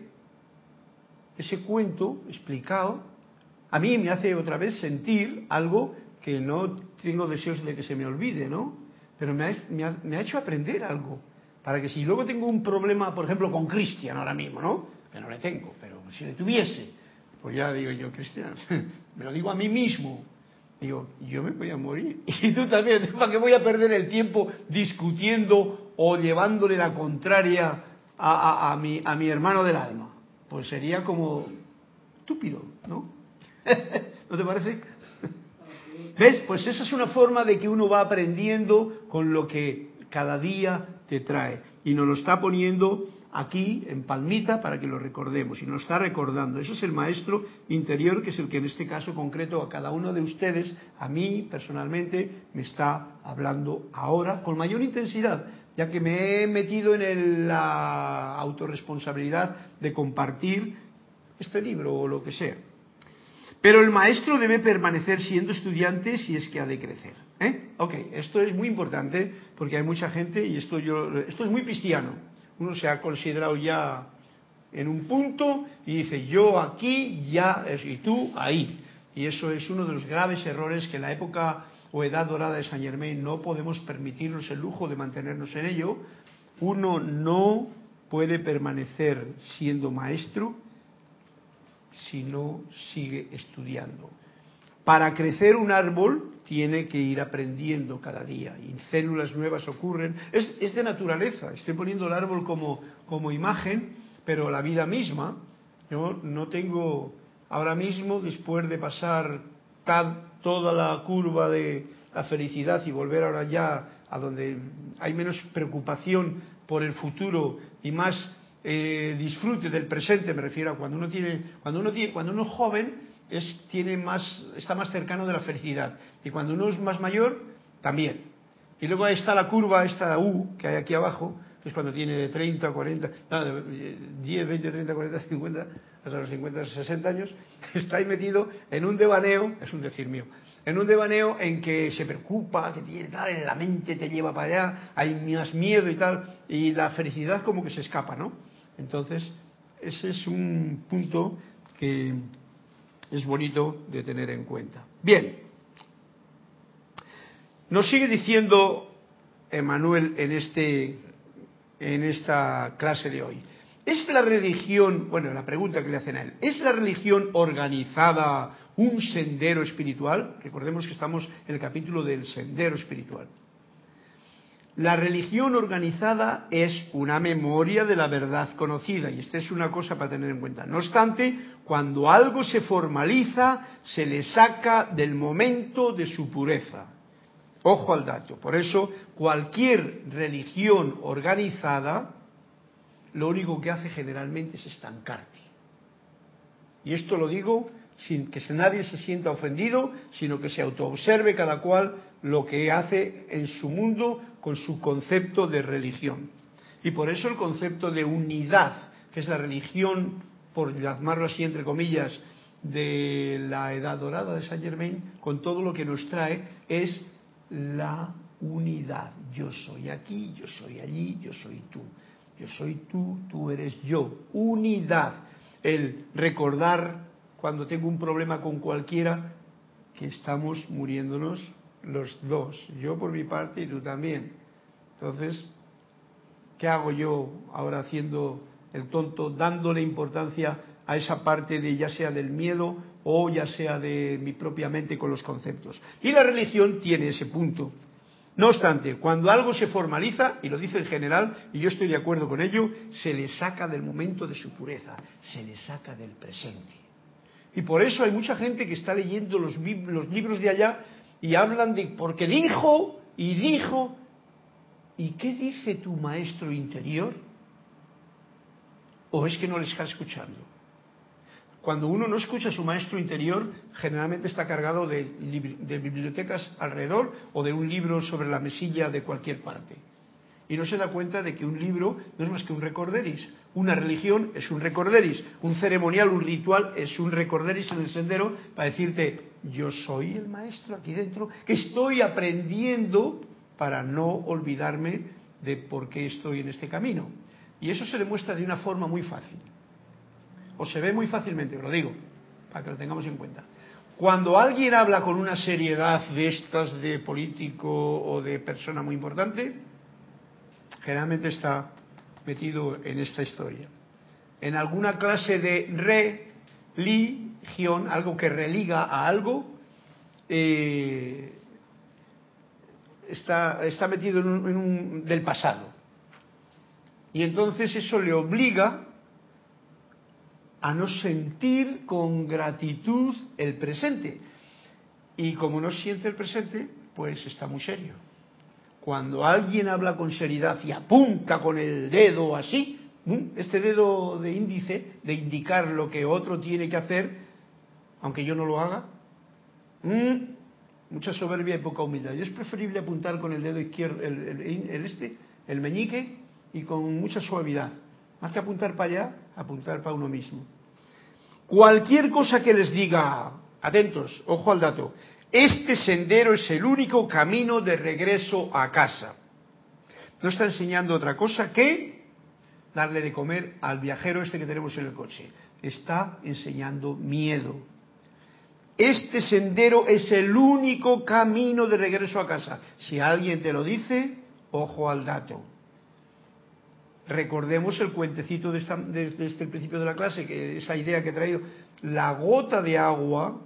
A: ese cuento explicado. A mí me hace otra vez sentir algo que no tengo deseos de que se me olvide, ¿no? Pero me ha hecho aprender algo. Para que si luego tengo un problema, por ejemplo, con Cristian ahora mismo, ¿no? Que no le tengo, pero si le tuviese, pues ya digo yo, Cristian, me lo digo a mí mismo. Digo, yo me voy a morir. Y tú también, ¿para qué voy a perder el tiempo discutiendo o llevándole la contraria a mi hermano del alma? Pues sería como estúpido, ¿no? ¿No te parece? ¿Ves? Pues esa es una forma de que uno va aprendiendo con lo que cada día te trae. Y nos lo está poniendo aquí en palmita para que lo recordemos. Y nos está recordando. Ese es el maestro interior, que es el que en este caso concreto a cada uno de ustedes, a mí personalmente, me está hablando ahora con mayor intensidad, ya que me he metido en la autorresponsabilidad de compartir este libro o lo que sea. Pero el maestro debe permanecer siendo estudiante si es que ha de crecer. Ok, esto es muy importante porque hay mucha gente, y esto es muy cristiano. Uno se ha considerado ya en un punto y dice, yo aquí ya, y tú ahí. Y eso es uno de los graves errores que en la época o edad dorada de Saint Germain no podemos permitirnos el lujo de mantenernos en ello. Uno no puede permanecer siendo maestro si no sigue estudiando. Para crecer un árbol tiene que ir aprendiendo cada día y células nuevas ocurren. Es de naturaleza. Estoy poniendo el árbol como imagen, pero la vida misma, yo no tengo ahora mismo, después de pasar toda la curva de la felicidad y volver ahora ya a donde hay menos preocupación por el futuro y más disfrute del presente, me refiero a cuando uno es joven, está más cercano de la felicidad, y cuando uno es más mayor también. Y luego ahí está la curva, esta U que hay aquí abajo, que es cuando tiene de 30, 40, 10, 20, 30, 40, 50, hasta los 50, 60 años, está ahí metido en un devaneo, es un decir mío, en un devaneo en que se preocupa, que tiene tal, en la mente te lleva para allá, hay más miedo y tal, y la felicidad como que se escapa, ¿no? Entonces, ese es un punto que es bonito de tener en cuenta. Bien, nos sigue diciendo Emmanuel en esta clase de hoy. ¿Es la religión, bueno, la pregunta que le hacen a él, ¿es la religión organizada un sendero espiritual? Recordemos que estamos en el capítulo del sendero espiritual. La religión organizada es una memoria de la verdad conocida, y esta es una cosa para tener en cuenta. No obstante, Cuando algo se formaliza, se le saca del momento de su pureza. Ojo al dato. Por eso, cualquier religión organizada, lo único que hace generalmente es estancarte. Y esto lo digo sin que nadie se sienta ofendido, sino que se autoobserve cada cual lo que hace en su mundo con su concepto de religión. Y por eso el concepto de unidad, que es la religión, por llamarlo así entre comillas, de la Edad Dorada de Saint Germain, con todo lo que nos trae, es la unidad. Yo soy aquí, yo soy allí, yo soy tú. Yo soy tú, tú eres yo. Unidad. El recordar cuando tengo un problema con cualquiera que estamos muriéndonos los dos. Yo por mi parte y tú también. Entonces, ¿qué hago yo ahora haciendo el tonto, dándole importancia a esa parte de ya sea del miedo o ya sea de mi propia mente con los conceptos? Y la religión tiene ese punto. No obstante, cuando algo se formaliza, y lo dice en general, y yo estoy de acuerdo con ello, se le saca del momento de su pureza, se le saca del presente. Y por eso hay mucha gente que está leyendo los libros de allá y hablan de, porque dijo, y dijo, ¿y qué dice tu maestro interior? ¿O es que no le está escuchando? Cuando uno no escucha a su maestro interior, generalmente está cargado de bibliotecas alrededor o de un libro sobre la mesilla de cualquier parte. Y no se da cuenta de que un libro no es más que un recorderis. Una religión es un recorderis. Un ceremonial, un ritual es un recorderis en el sendero para decirte, yo soy el maestro aquí dentro, que estoy aprendiendo para no olvidarme de por qué estoy en este camino. Y eso se demuestra de una forma muy fácil. O se ve muy fácilmente, os lo digo, para que lo tengamos en cuenta. Cuando alguien habla con una seriedad de estas de político o de persona muy importante, generalmente está metido en esta historia. En alguna clase de religión, algo que religa a algo, está metido en un del pasado. Y entonces eso le obliga a no sentir con gratitud el presente. Y como no siente el presente, pues está muy serio. Cuando alguien habla con seriedad y apunta con el dedo así, este dedo de índice, de indicar lo que otro tiene que hacer, aunque yo no lo haga, mucha soberbia y poca humildad. Y es preferible apuntar con el dedo izquierdo, el meñique, y con mucha suavidad. Más que apuntar para allá, apuntar para uno mismo. Cualquier cosa que les diga, atentos, ojo al dato, este sendero es el único camino de regreso a casa. No está enseñando otra cosa que darle de comer al viajero este que tenemos en el coche. Está enseñando miedo. Este sendero es el único camino de regreso a casa. Si alguien te lo dice, ojo al dato. Recordemos el cuentecito desde el principio de la clase, que esa idea que he traído, la gota de agua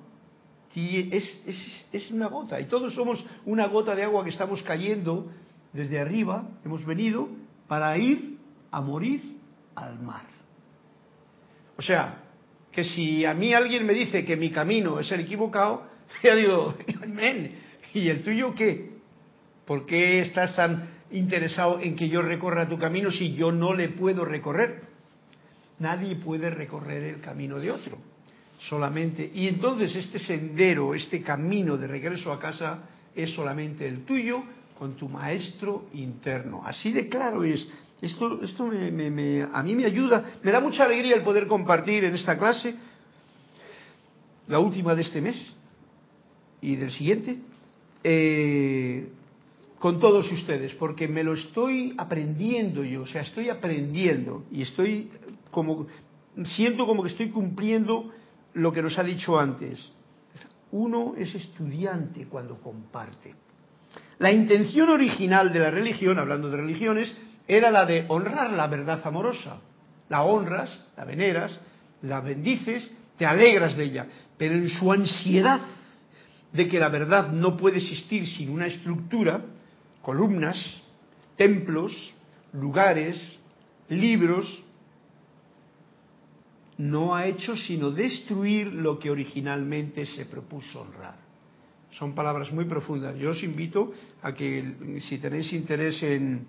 A: es una gota, y todos somos una gota de agua que estamos cayendo desde arriba, hemos venido para ir a morir al mar. O sea, que si a mí alguien me dice que mi camino es el equivocado, ya digo, amén, ¿y el tuyo qué? ¿Por qué estás tan interesado en que yo recorra tu camino si yo no le puedo recorrer? Nadie puede recorrer el camino de otro, solamente. Y entonces este sendero, este camino de regreso a casa es solamente el tuyo con tu maestro interno. Así de claro es. Esto a mí me ayuda, me da mucha alegría el poder compartir en esta clase, la última de este mes y del siguiente, con todos ustedes, porque me lo estoy aprendiendo yo, o sea, estoy aprendiendo y siento como que estoy cumpliendo lo que nos ha dicho antes. Uno es estudiante cuando comparte. La intención original de la religión, hablando de religiones, era la de honrar la verdad amorosa. La honras, la veneras, la bendices, te alegras de ella, pero en su ansiedad de que la verdad no puede existir sin una estructura, columnas, templos, lugares, libros, no ha hecho sino destruir lo que originalmente se propuso honrar. Son palabras muy profundas. Yo os invito a que, si tenéis interés en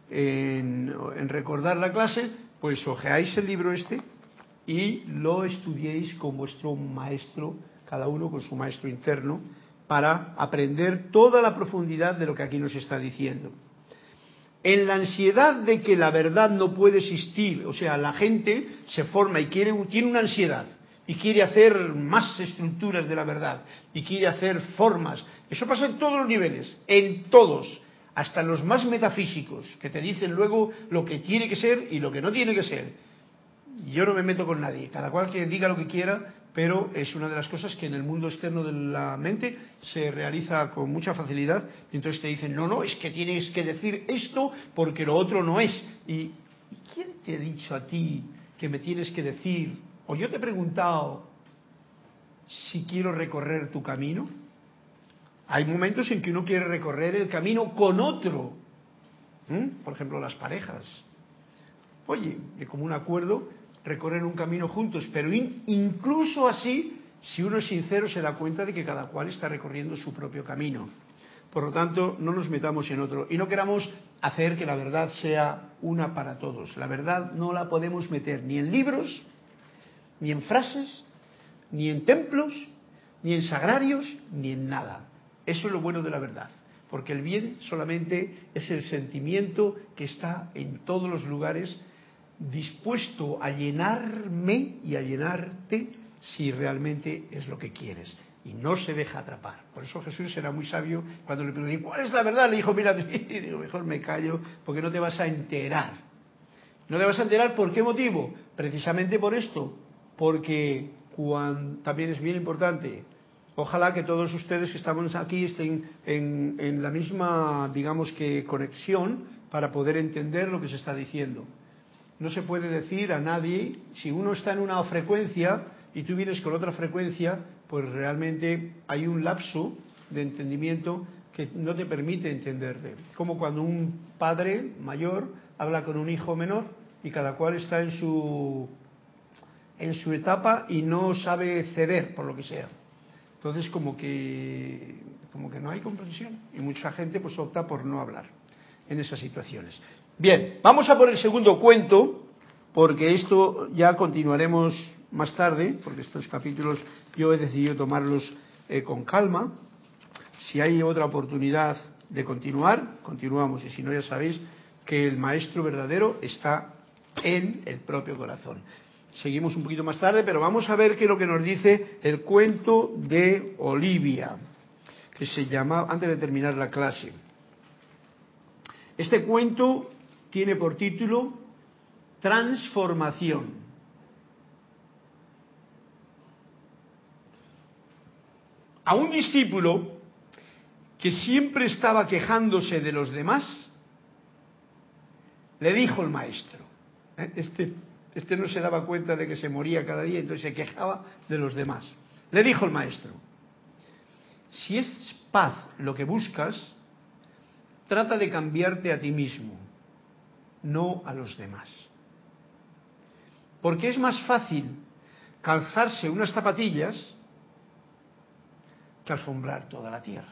A: recordar la clase, pues ojeáis el libro este y lo estudiéis con vuestro maestro, cada uno con su maestro interno, para aprender toda la profundidad de lo que aquí nos está diciendo. En la ansiedad de que la verdad no puede existir, o sea, la gente se forma y tiene una ansiedad y quiere hacer más estructuras de la verdad y quiere hacer formas. Eso pasa en todos los niveles, en todos, hasta en los más metafísicos, que te dicen luego lo que tiene que ser y lo que no tiene que ser. Yo no me meto con nadie, cada cual que diga lo que quiera, pero es una de las cosas que en el mundo externo de la mente se realiza con mucha facilidad. Y entonces te dicen, no, es que tienes que decir esto porque lo otro no es. ¿Y quién te ha dicho a ti que me tienes que decir? O yo te he preguntado si quiero recorrer tu camino. Hay momentos en que uno quiere recorrer el camino con otro. Por ejemplo, las parejas. Oye, de común acuerdo, recorren un camino juntos, pero incluso así, si uno es sincero, se da cuenta de que cada cual está recorriendo su propio camino. Por lo tanto, no nos metamos en otro y no queramos hacer que la verdad sea una para todos. La verdad no la podemos meter ni en libros, ni en frases, ni en templos, ni en sagrarios, ni en nada. Eso es lo bueno de la verdad, porque el bien solamente es el sentimiento que está en todos los lugares, dispuesto a llenarme y a llenarte si realmente es lo que quieres, y no se deja atrapar. Por eso Jesús era muy sabio cuando le pregunté ¿cuál es la verdad? Le dijo, mira, y digo, mejor me callo porque no te vas a enterar. No te vas a enterar. ¿Por qué motivo? Precisamente por esto, porque también es bien importante. Ojalá que todos ustedes que estamos aquí estén en la misma, digamos que, conexión para poder entender lo que se está diciendo. No se puede decir a nadie, si uno está en una frecuencia y tú vienes con otra frecuencia, pues realmente hay un lapso de entendimiento que no te permite entenderte. Como cuando un padre mayor habla con un hijo menor y cada cual está en su etapa y no sabe ceder por lo que sea. Entonces como que no hay comprensión y mucha gente pues opta por no hablar en esas situaciones. Bien, vamos a por el segundo cuento, porque esto ya continuaremos más tarde, porque estos capítulos yo he decidido tomarlos con calma. Si hay otra oportunidad de continuar, continuamos, y si no, ya sabéis que el maestro verdadero está en el propio corazón. Seguimos un poquito más tarde, pero vamos a ver qué es lo que nos dice el cuento de Olivia, que se llama, antes de terminar la clase. Este cuento tiene por título Transformación. A un discípulo que siempre estaba quejándose de los demás, le dijo el maestro, este no se daba cuenta de que se moría cada día, entonces se quejaba de los demás. Le dijo el maestro, si es paz lo que buscas, trata de cambiarte a ti mismo, no a los demás. Porque es más fácil calzarse unas zapatillas que alfombrar toda la tierra.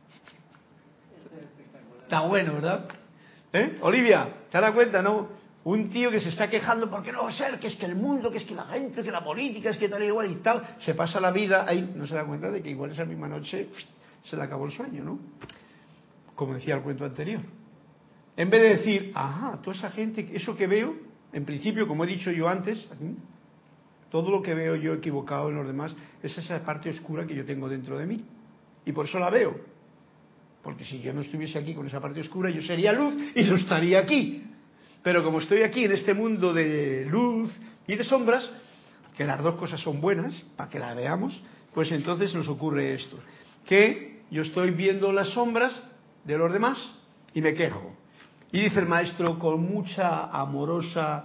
A: Está bueno, ¿verdad? Olivia, ¿se ha dado cuenta, no? Un tío que se está quejando porque no va a ser, que es que el mundo, que es que la gente, que la política, es que tal y igual y tal, se pasa la vida ahí, no se da cuenta de que igual esa misma noche se le acabó el sueño, ¿no? Como decía el cuento anterior. En vez de decir, ajá, toda esa gente, eso que veo, en principio, como he dicho yo antes, todo lo que veo yo equivocado en los demás es esa parte oscura que yo tengo dentro de mí. Y por eso la veo. Porque si yo no estuviese aquí con esa parte oscura, yo sería luz y no estaría aquí. Pero como estoy aquí en este mundo de luz y de sombras, que las dos cosas son buenas, para que las veamos, pues entonces nos ocurre esto. Que yo estoy viendo las sombras de los demás y me quejo. Y dice el maestro con mucha amorosa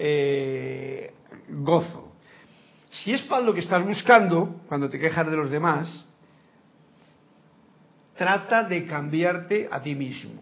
A: gozo, si es para lo que estás buscando cuando te quejas de los demás, trata de cambiarte a ti mismo,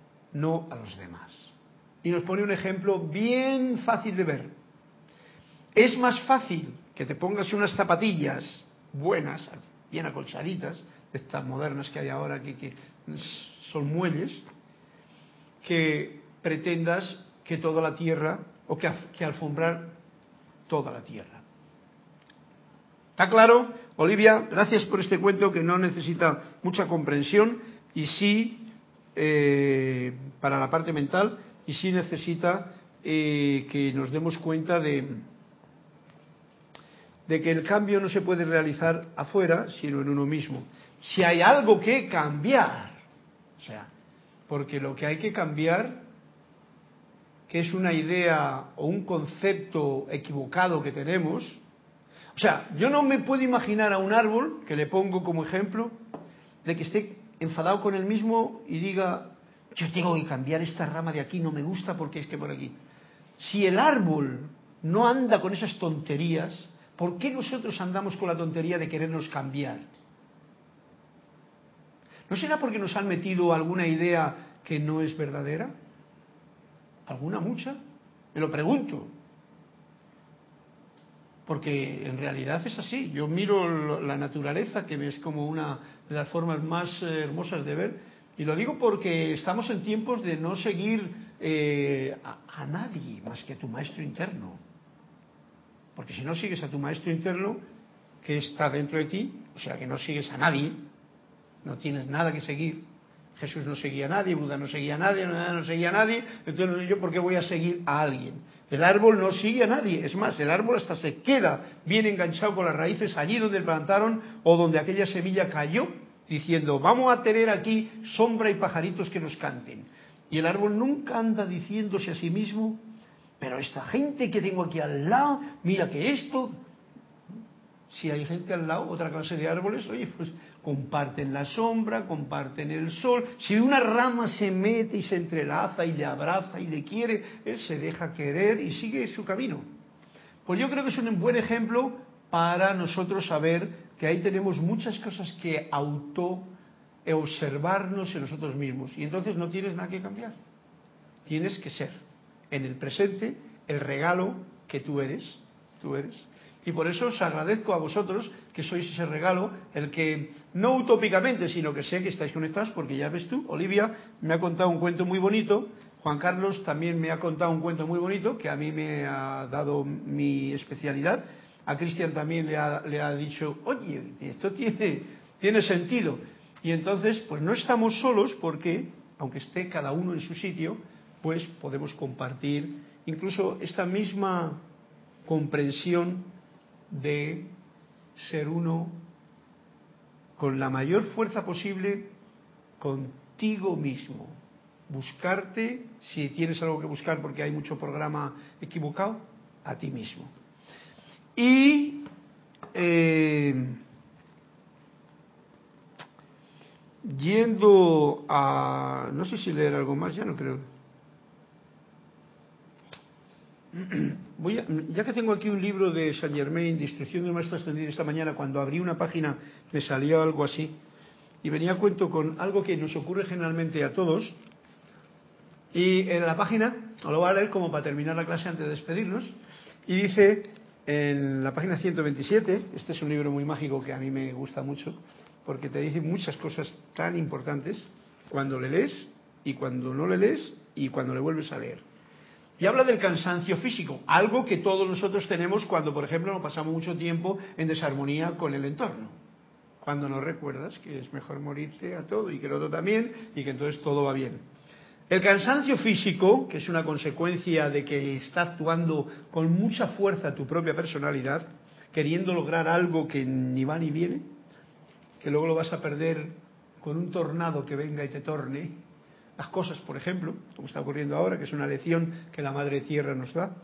A: no a los demás. Y nos pone un ejemplo bien fácil de ver. Es más fácil que te pongas unas zapatillas buenas, bien acolchaditas, de estas modernas que hay ahora que son muelles, que pretendas que toda la tierra, o que alfombrar toda la tierra. ¿Está claro? Olivia, gracias por este cuento que no necesita mucha comprensión y sí para la parte mental, y sí necesita que nos demos cuenta de que el cambio no se puede realizar afuera, sino en uno mismo. Si hay algo que cambiar, o sea, porque lo que hay que cambiar, que es una idea o un concepto equivocado que tenemos, o sea, yo no me puedo imaginar a un árbol, que le pongo como ejemplo, de que esté enfadado con él mismo y diga, yo tengo que cambiar esta rama de aquí, no me gusta porque es que por aquí. Si el árbol no anda con esas tonterías, ¿por qué nosotros andamos con la tontería de querernos cambiar? ¿No será porque nos han metido alguna idea que no es verdadera? ¿Alguna mucha? Me lo pregunto. Porque en realidad es así. Yo miro la naturaleza, que es como una de las formas más hermosas de ver, y lo digo porque estamos en tiempos de no seguir a nadie más que a tu maestro interno. Porque si no sigues a tu maestro interno, que está dentro de ti, o sea que no sigues a nadie, no tienes nada que seguir. Jesús no seguía a nadie, Buda no seguía a nadie, no seguía a nadie, entonces yo ¿por qué voy a seguir a alguien? El árbol no sigue a nadie, es más, el árbol hasta se queda bien enganchado con las raíces allí donde plantaron o donde aquella semilla cayó, diciendo, vamos a tener aquí sombra y pajaritos que nos canten. Y el árbol nunca anda diciéndose a sí mismo, pero esta gente que tengo aquí al lado, mira que esto... Si hay gente al lado, otra clase de árboles, oye, pues comparten la sombra, comparten el sol. Si una rama se mete y se entrelaza y le abraza y le quiere, él se deja querer y sigue su camino. Pues yo creo que es un buen ejemplo para nosotros saber que ahí tenemos muchas cosas que observarnos en nosotros mismos. Y entonces no tienes nada que cambiar. Tienes que ser en el presente el regalo que tú eres. Tú eres. Y por eso os agradezco a vosotros que sois ese regalo, el que no utópicamente, sino que sé que estáis conectados, porque ya ves tú, Olivia me ha contado un cuento muy bonito, Juan Carlos también me ha contado un cuento muy bonito, que a mí me ha dado mi especialidad, a Cristian también le ha dicho, oye, esto tiene sentido. Y entonces, pues no estamos solos porque, aunque esté cada uno en su sitio, pues podemos compartir incluso esta misma comprensión de ser uno con la mayor fuerza posible contigo mismo. Buscarte, si tienes algo que buscar porque hay mucho programa equivocado, a ti mismo. Y yendo a... no sé si leer algo más, ya no creo. Ya que tengo aquí un libro de Saint Germain, de Instrucción del Maestro Ascendido, esta mañana cuando abrí una página me salió algo así, y venía a cuento con algo que nos ocurre generalmente a todos, y en la página, lo voy a leer como para terminar la clase antes de despedirnos, y dice en la página 127, este es un libro muy mágico que a mí me gusta mucho, porque te dice muchas cosas tan importantes cuando le lees, y cuando no le lees, y cuando le vuelves a leer. Y habla del cansancio físico, algo que todos nosotros tenemos cuando, por ejemplo, nos pasamos mucho tiempo en desarmonía con el entorno. Cuando no recuerdas que es mejor morirte a todo y que el otro también y que entonces todo va bien. El cansancio físico, que es una consecuencia de que está actuando con mucha fuerza tu propia personalidad, queriendo lograr algo que ni va ni viene, que luego lo vas a perder con un tornado que venga y te torne. Las cosas, por ejemplo, como está ocurriendo ahora, que es una lección que la Madre Tierra nos da.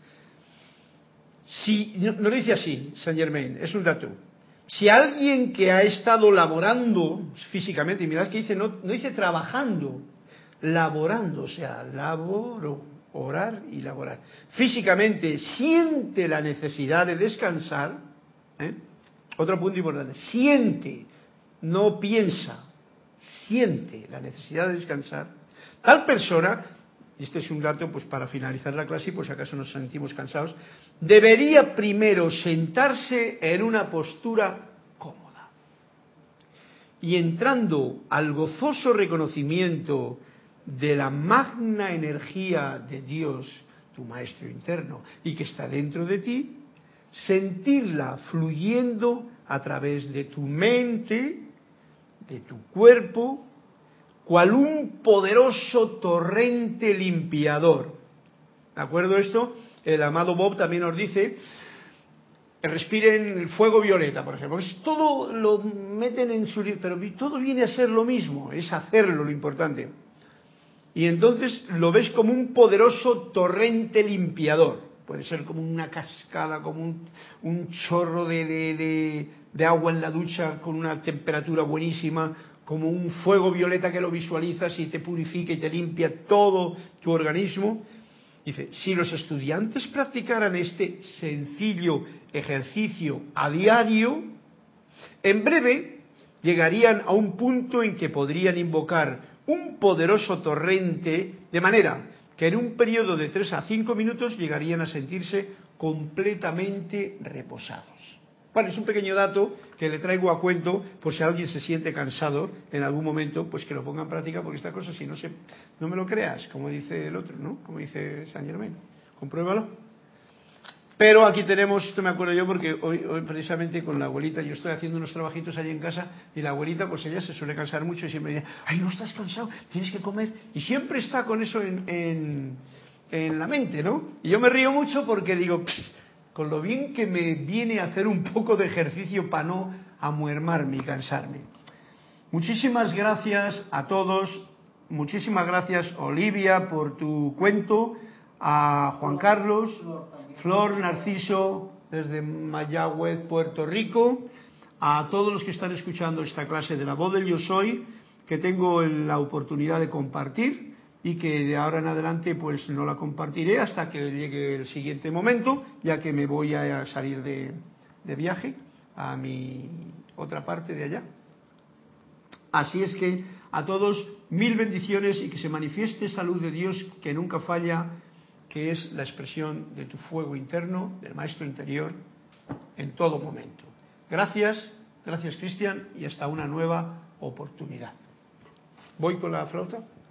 A: Si, no lo dice así, Saint Germain, es un dato. Si alguien que ha estado laborando físicamente, y mirad que dice, no dice trabajando, laborando, o sea, laboro, orar y laborar. Físicamente siente la necesidad de descansar, otro punto importante, siente, no piensa, siente la necesidad de descansar, tal persona y este es un dato pues para finalizar la clase y pues acaso nos sentimos cansados, debería primero sentarse en una postura cómoda y entrando al gozoso reconocimiento de la magna energía de Dios, tu maestro interno, y que está dentro de ti, sentirla fluyendo a través de tu mente, de tu cuerpo, cual un poderoso torrente limpiador. ¿De acuerdo esto? El amado Bob también nos dice, respiren el fuego violeta, por ejemplo. Todo lo meten en su... pero todo viene a ser lo mismo, es hacerlo lo importante. Y entonces lo ves como un poderoso torrente limpiador. Puede ser como una cascada, como un chorro de agua en la ducha con una temperatura buenísima, como un fuego violeta que lo visualizas y te purifica y te limpia todo tu organismo. Dice, si los estudiantes practicaran este sencillo ejercicio a diario, en breve llegarían a un punto en que podrían invocar un poderoso torrente, de manera que en un periodo de 3 a 5 minutos llegarían a sentirse completamente reposados. Bueno, es un pequeño dato que le traigo a cuento por si alguien se siente cansado en algún momento, pues que lo ponga en práctica, porque esta cosa, si no me lo creas, como dice el otro, ¿no? Como dice Saint Germain, compruébalo. Pero aquí tenemos, esto me acuerdo yo porque hoy precisamente con la abuelita, yo estoy haciendo unos trabajitos allí en casa y la abuelita, pues ella se suele cansar mucho y siempre dice, ay, no estás cansado, tienes que comer. Y siempre está con eso en la mente, ¿no? Y yo me río mucho porque digo, con lo bien que me viene a hacer un poco de ejercicio para no amuermarme y cansarme. Muchísimas gracias a todos, muchísimas gracias Olivia por tu cuento, a Juan Carlos, Flor, Narciso, desde Mayagüez, Puerto Rico, a todos los que están escuchando esta clase de la voz del Yo Soy, que tengo la oportunidad de compartir y que de ahora en adelante pues no la compartiré hasta que llegue el siguiente momento, ya que me voy a salir de viaje a mi otra parte de allá. Así es que a todos 1000 bendiciones y que se manifieste salud de Dios que nunca falla, que es la expresión de tu fuego interno, del maestro interior, en todo momento. Gracias, gracias Cristian, y hasta una nueva oportunidad. ¿Voy con la flauta?